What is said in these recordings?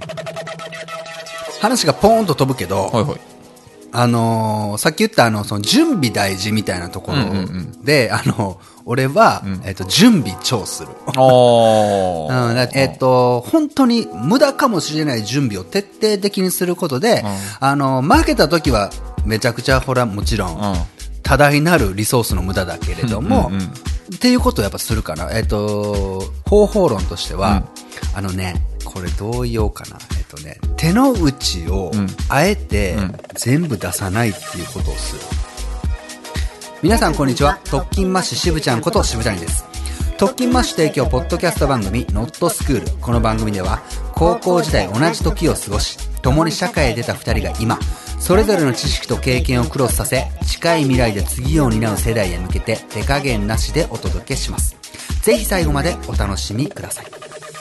話がポーンと飛ぶけど、 はいはい。 さっき言ったその準備大事みたいなところで、俺は、準備超する。本当に無駄かもしれない準備を徹底的にすることで、負けた時はめちゃくちゃもちろん、多大なるリソースの無駄だけれども、っていうことをやっぱするかな。方法論としては、これどう言おうかな。手の内をあえて全部出さないっていうことをする。皆さんこんにちは。特勤マッシュ渋ちゃんこと渋谷です。特勤マッシュ提供ポッドキャスト番組ノットスクール。この番組では高校時代同じ時を過ごし、共に社会へ出た2人が今それぞれの知識と経験をクロスさせ、近い未来で次を担う世代へ向けて手加減なしでお届けします。ぜひ最後までお楽しみください。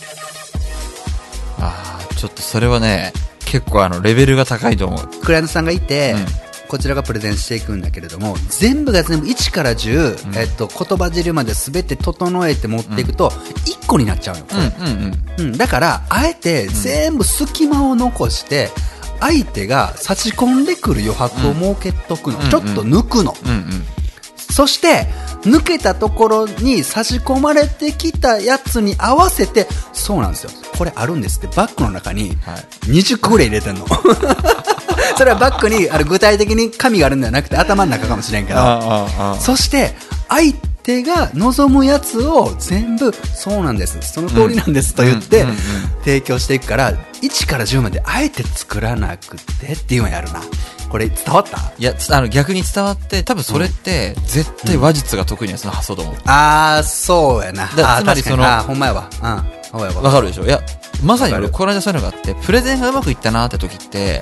ちょっとそれはね、結構レベルが高いと思う。 クライアントさんがいて、こちらがプレゼンしていくんだけれども、全部が全部1から10、言葉尻まで全て整えて持っていくと1個になっちゃうの。だからあえて全部隙間を残して相手が差し込んでくる余白を設けとくの。ちょっと抜くの。そして抜けたところに差し込まれてきたやつに合わせて、そうなんですよ、これあるんですってバッグの中に20個ぐらい入れてんの。それはバッグに具体的に紙があるんじゃなくて頭の中かもしれんけど、そして相手が望むやつを全部そうなんです、その通りなんですと言って提供していくから、1から10まであえて作らなくてっていうのをやるな。これ伝わった？ いや、逆に伝わって、多分それって絶対話術が得意なやつの発想と思う。 そうやな。 つまりほんまやわ。 わかるでしょ。いや、まさに俺この間そういうのがあって、プレゼンがうまくいったなって時って、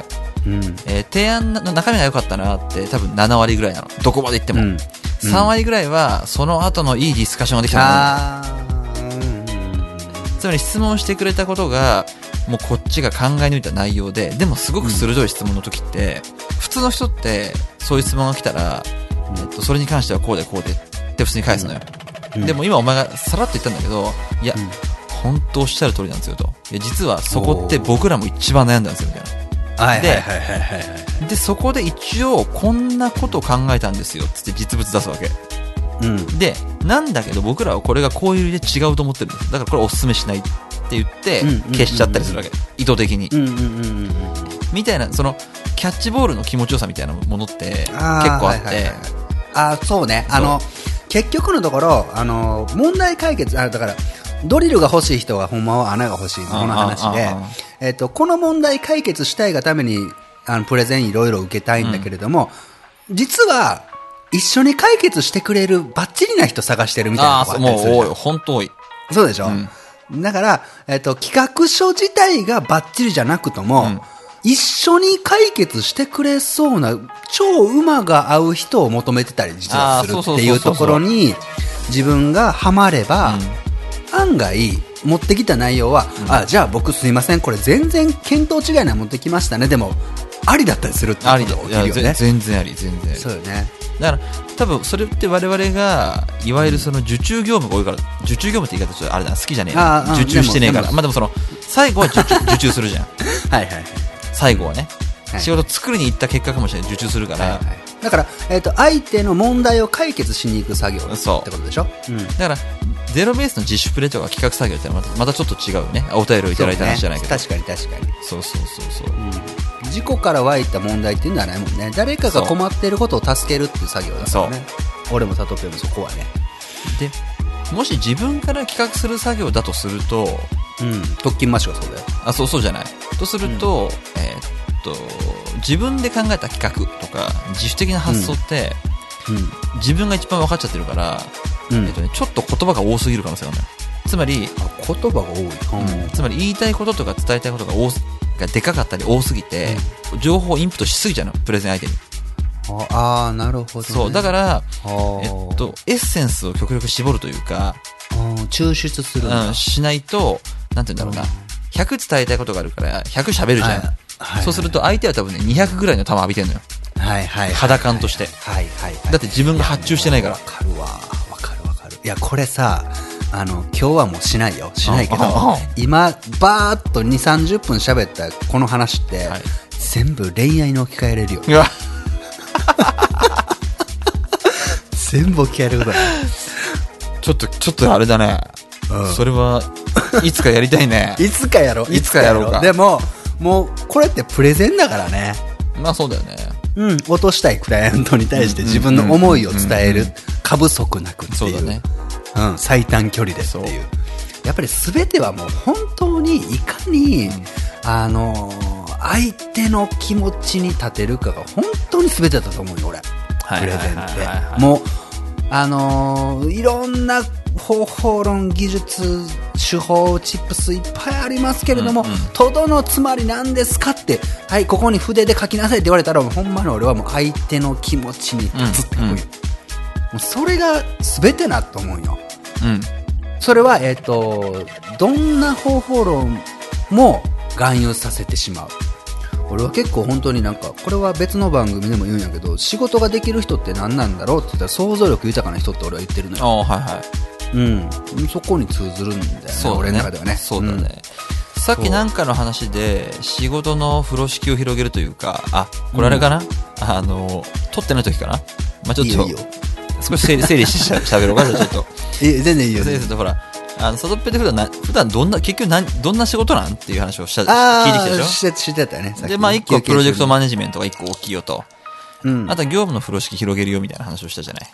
提案の中身が良かったなって多分7割ぐらいなの。どこまで行っても。3割ぐらいはその後のいいディスカッションができたつまり質問してくれたことがもうこっちが考え抜いた内容で、でもすごく鋭い質問の時って、普通の人ってそういう質問が来たら、それに関してはこうでこうでって普通に返すのよ。でも今お前がさらっと言ったんだけど、いや、本当おっしゃる通りなんですよと。いや実はそこって僕らも一番悩んだんですよみたいな。でそこで一応こんなことを考えたんですよっつって実物出すわけ。でなんだけど僕らはこれがこういう理由で違うと思ってるんです。だからこれおすすめしないって言って消しちゃったりするわけ、意図的に、みたいな、そのキャッチボールの気持ちよさみたいなものって結構あって、 そうね、結局のところ問題解決だからドリルが欲しい人はほんまは穴が欲しいこの話で、この問題解決したいがためにプレゼンいろいろ受けたいんだけれども、実は一緒に解決してくれるバッチリな人探してるみたいなのがあったりする。 もう多い、本当多い。 そうでしょ、だから、企画書自体がバッチリじゃなくとも、一緒に解決してくれそうな超馬が合う人を求めてたり実はするっていうところに自分がハマれば、案外持ってきた内容は、じゃあ僕すいませんこれ全然見当違いな持ってきましたね、でもありだったりするってことが起きるよね。 全然あり、全然あり。 そうよね。 だから多分それって我々がいわゆるその受注業務が多いから、受注業務って言い方ちょっとあれだな、好きじゃねえな、受注してねえから。でもその最後は受注するじゃん。最後はね、仕事作りに行った結果かもしれない、受注するから、 だから、相手の問題を解決しに行く作業ってことでしょ。 だからゼロベースの自主プレとか企画作業ってまたちょっと違うね。お便りをいただいた話じゃないけど、 確かにそう、 事故から湧いた問題っていうのはないもんね。誰かが困っていることを助けるっていう作業だからね。俺も佐藤君もそこはね。 でもし自分から企画する作業だとすると、 特勤マッシュがそうだよ。 そうじゃないとすると、自分で考えた企画とか自主的な発想って、自分が一番分かっちゃってるから、ちょっと言葉が多すぎる可能性がある。つまり言葉が多い、 つまり言いたいこととか伝えたいことがでかかったり多すぎて、情報をインプットしすぎちゃうの、プレゼン相手に。 なるほど、ね、 そうだから、エッセンスを極力絞るというか、 抽出するしないと、なんて言うんだろうな、100伝えたいことがあるから100喋るじゃん、そうすると相手は多分ね200ぐらいの球浴びてんのよ、肌感として、だって自分が発注してないから。 わかる。いやこれさ、 今日はもうしないよ。しないけど、今、バーっと2、30分喋ったこの話って、はい、全部恋愛に置き換えれるよ。全部置き換えることだね。 ちょっとあれだね。それはいつかやりたいね。 いつかやろう。 いつかやろうか。 でも、もう、これってプレゼンだからね。 まあそうだよね。 落としたいクライアントに対して自分の思いを伝える。過不足なくっていう。 そうだね。 最短距離でっていう。やっぱり全てはもう本当にいかに、相手の気持ちに立てるかが本当に全てだと思うよ、俺。プレゼンって。もう、いろんな方法論、技術、手法、チップスいっぱいありますけれども、とどのつまり何ですかって、はい、ここに筆で書きなさいって言われたら、ほんまに俺はもう相手の気持ちに立つって思うよ。もうそれが全てなと思うよ。それは、どんな方法論も含有させてしまう。俺は結構本当になんか、これは別の番組でも言うんやけど、仕事ができる人って何なんだろうって言ったら想像力豊かな人って俺は言ってるのよ。 はいはい。 そこに通ずるんだよね。俺の中ではね。 そうだね。さっきなんかの話で、仕事の風呂敷を広げるというか、これあれかな、撮ってない時かな、まあちょっと。いいよいいよ。少し整理して喋ろうか、じゃあちょっと。 全然いいよ。 先生とほら、サトッペで普段結局どんな仕事なんっていう話を聞いてきたでしょ。 してたね。 で、まあ一個プロジェクトマネジメントが一個大きいよと。あとは業務の風呂敷広げるよみたいな話をしたじゃない。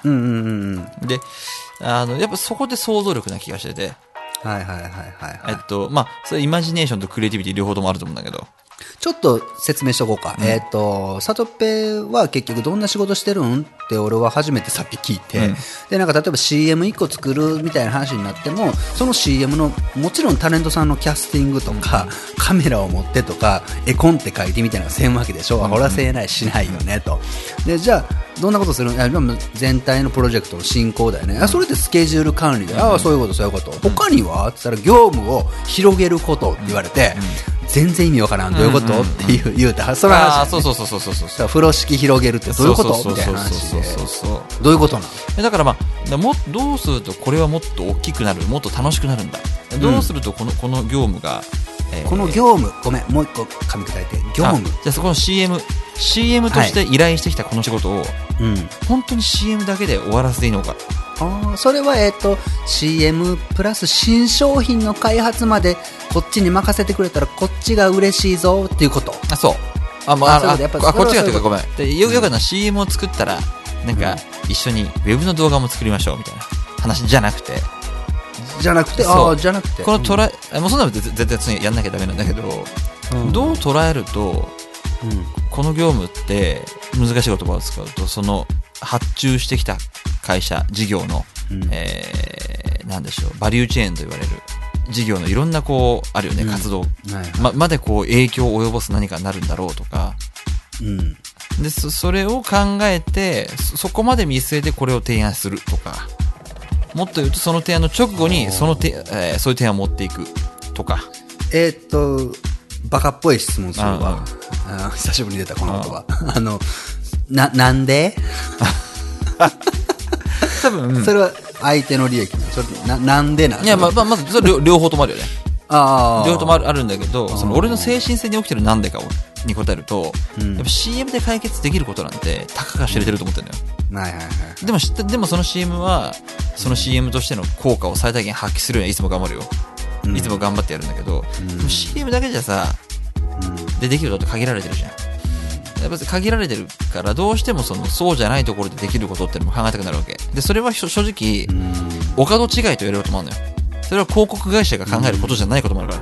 で、やっぱそこで想像力な気がしてて。 はいはいはいはい。 まあ、それイマジネーションとクリエイティビティ両方ともあると思うんだけど。 ちょっと説明しとこうか。サトッペは結局どんな仕事してるんって俺は初めてさっき聞いて、で、なんか例えば CM1 個作るみたいな話になっても、その CM のもちろんタレントさんのキャスティングとか、カメラを持ってとか、絵コンって書いてみたいなのがせんわけでしょ。これはせえないしないよねと。で、じゃあどんなことするの？全体のプロジェクトの進行だよね。それってスケジュール管理で、そういうことそういうこと。他にはって言ったら業務を広げることって言われて、全然意味わからん。どういうことって言うた。その話。 そう。 風呂敷広げるってどういうことみたいな話で。どういうことなの？ だからまあ、どうするとこれはもっと大きくなる、もっと楽しくなるんだ。どうするとこの業務が、 この業務、ごめん、もう一個噛み砕いて。業務。 じゃあそこの CM として依頼してきたこの仕事を、本当に CM だけで終わらせていいのか。 それはCM プラス新商品の開発までこっちに任せてくれたらこっちが嬉しいぞっていうこと。 そう。こっちがというかごめん。で、よくCM を作ったら、なんか一緒にウェブの動画も作りましょうみたいな話じゃなくて。 じゃなくて。 このもうそんなの絶対次やんなきゃダメなんだけど、どう捉えると、この業務って難しい言葉を使うと、その発注してきた会社事業の、なんでしょう、バリューチェーンと言われる事業のいろんなこうあるよね、活動、までこう影響を及ぼす何かになるんだろうとか、でそれを考えてそこまで見据えてこれを提案するとか、もっと言うとその提案の直後にそういう提案を持っていくとか。 バカっぽい質問するわ。久しぶりに出たこの言葉。なんで多分、それは相手の利益なんでなん？ いや、まずそれ両方ともあるよね。両方ともあるんだけど、その俺の精神性に起きてるなんでかに答えると、やっぱ CM で解決できることなんてたかが知れてると思ってるのよ。でもその CM はその CM としての効果を最大限発揮するようにいつも頑張るよ。いつも頑張ってやるんだけど、CM だけじゃさ、できることって限られてるじゃん。やっぱり限られてるからどうしてもそうじゃないところでできることってのも考えたくなるわけで、それは正直お門違いと言われることもあるのよ。それは広告会社が考えることじゃないこともあるから。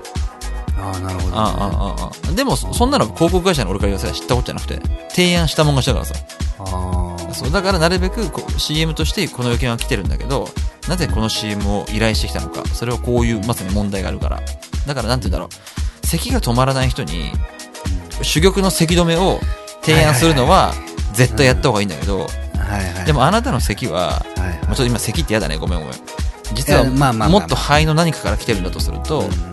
なるほど。 でもそんなの広告会社の俺から言わせたら知ったことじゃなくて、提案したもんがしたからさ。そうだからなるべくCM としてこの予見は来てるんだけど、なぜこの CM を依頼してきたのか、それはこういうまさに問題があるから。だからなんて言うんだろう、咳が止まらない人に珠玉の咳止めを提案するのは絶対やった方がいいんだけど、でもあなたの咳は、ちょっと今咳ってやだね、ごめん実はもっと肺の何かから来てるんだとすると、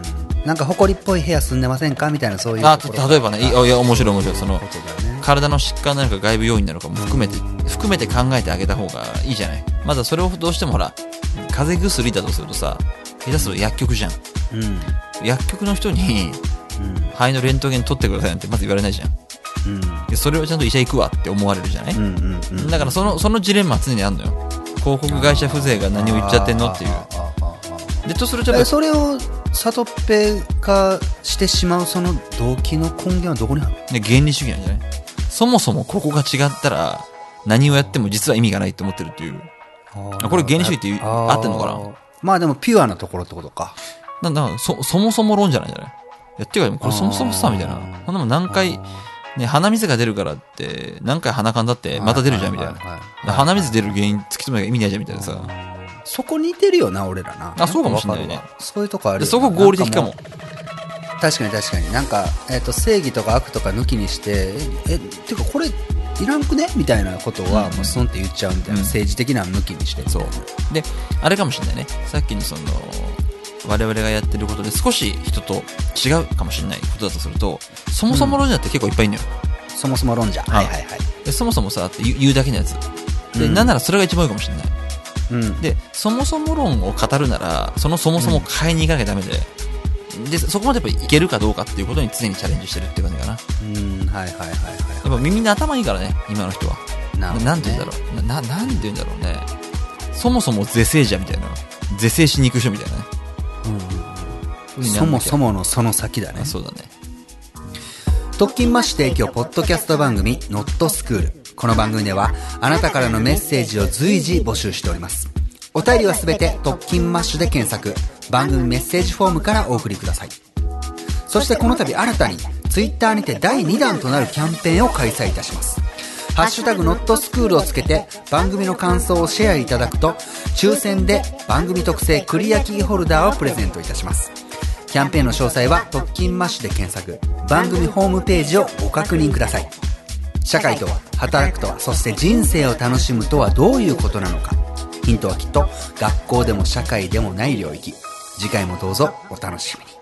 なんか埃っぽい部屋住んでませんかみたいな、そういうところ。 例えばね、いや面白いその、体の疾患なのか外部要因なのかも含めて考えてあげた方がいいじゃない。まずはそれをどうしてもほら、風邪薬だとするとさ、下手すると薬局じゃん。薬局の人に、肺のレントゲン取ってくださいなんてまず言われないじゃん。それをちゃんと医者行くわって思われるじゃない。だからそのジレンマは常にあるのよ。広告会社風情が何を言っちゃってんのっていう。でとするとそれを里っぺ化してしまうその動機の根源はどこにある？ 原理主義なんじゃない？そもそもここが違ったら何をやっても実は意味がないって思ってるっていう。これ原理主義って合ってんのかな？ まあでもピュアなところってことか。 そもそも論じゃないんじゃない？いやっていうかこれそもそもさみたいな。こんなもん何回ね、鼻水が出るからって何回鼻かんだってまた出るじゃんみたいな。鼻水出る原因突き詰めが意味ないじゃんみたいなさ。 そこ似てるよな俺らな。 そうかもしれないね。 そういうとこあるよ。 そこ合理的かも。 確かになんか、正義とか悪とか抜きにしててかこれいらんくねみたいなことはもうスンって言っちゃうみたいな、政治的なの抜きにしてそうであれかもしれないね。さっきのその我々がやってることで少し人と違うかもしれないことだとすると、そもそも論者って結構いっぱいいるのよ。 そもそも論者、はいはいはい。 でそもそもさって言うだけのやつで、なんならそれが一番多いかもしれない。でそもそも論を語るならそもそも変えに行かなきゃダメで、そこまでやっぱりいけるかどうかっていうことに常にチャレンジしてるっていう感じかな。 はいはいはいはい。やっぱ耳の頭いいからね今の人は。なんて言うんだろうなんて言うんだろうね。そもそも是正者みたいな、是正しに行く人みたいなね。 そもそものその先だね。 そうだね。 特勤マッシュ提供ポッドキャスト番組ノットスクール。この番組ではあなたからのメッセージを随時募集しております。お便りはすべて特勤マッシュで検索、番組メッセージフォームからお送りください。そしてこの度新たにツイッターにて第2弾となるキャンペーンを開催いたします。ハッシュタグノットスクールをつけて番組の感想をシェアいただくと抽選で番組特製クリアキーホルダーをプレゼントいたします。キャンペーンの詳細は特勤マッシュで検索、番組ホームページをご確認ください。社会とは、働くとは、そして人生を楽しむとはどういうことなのか。ヒントはきっと学校でも社会でもない領域。次回もどうぞお楽しみに。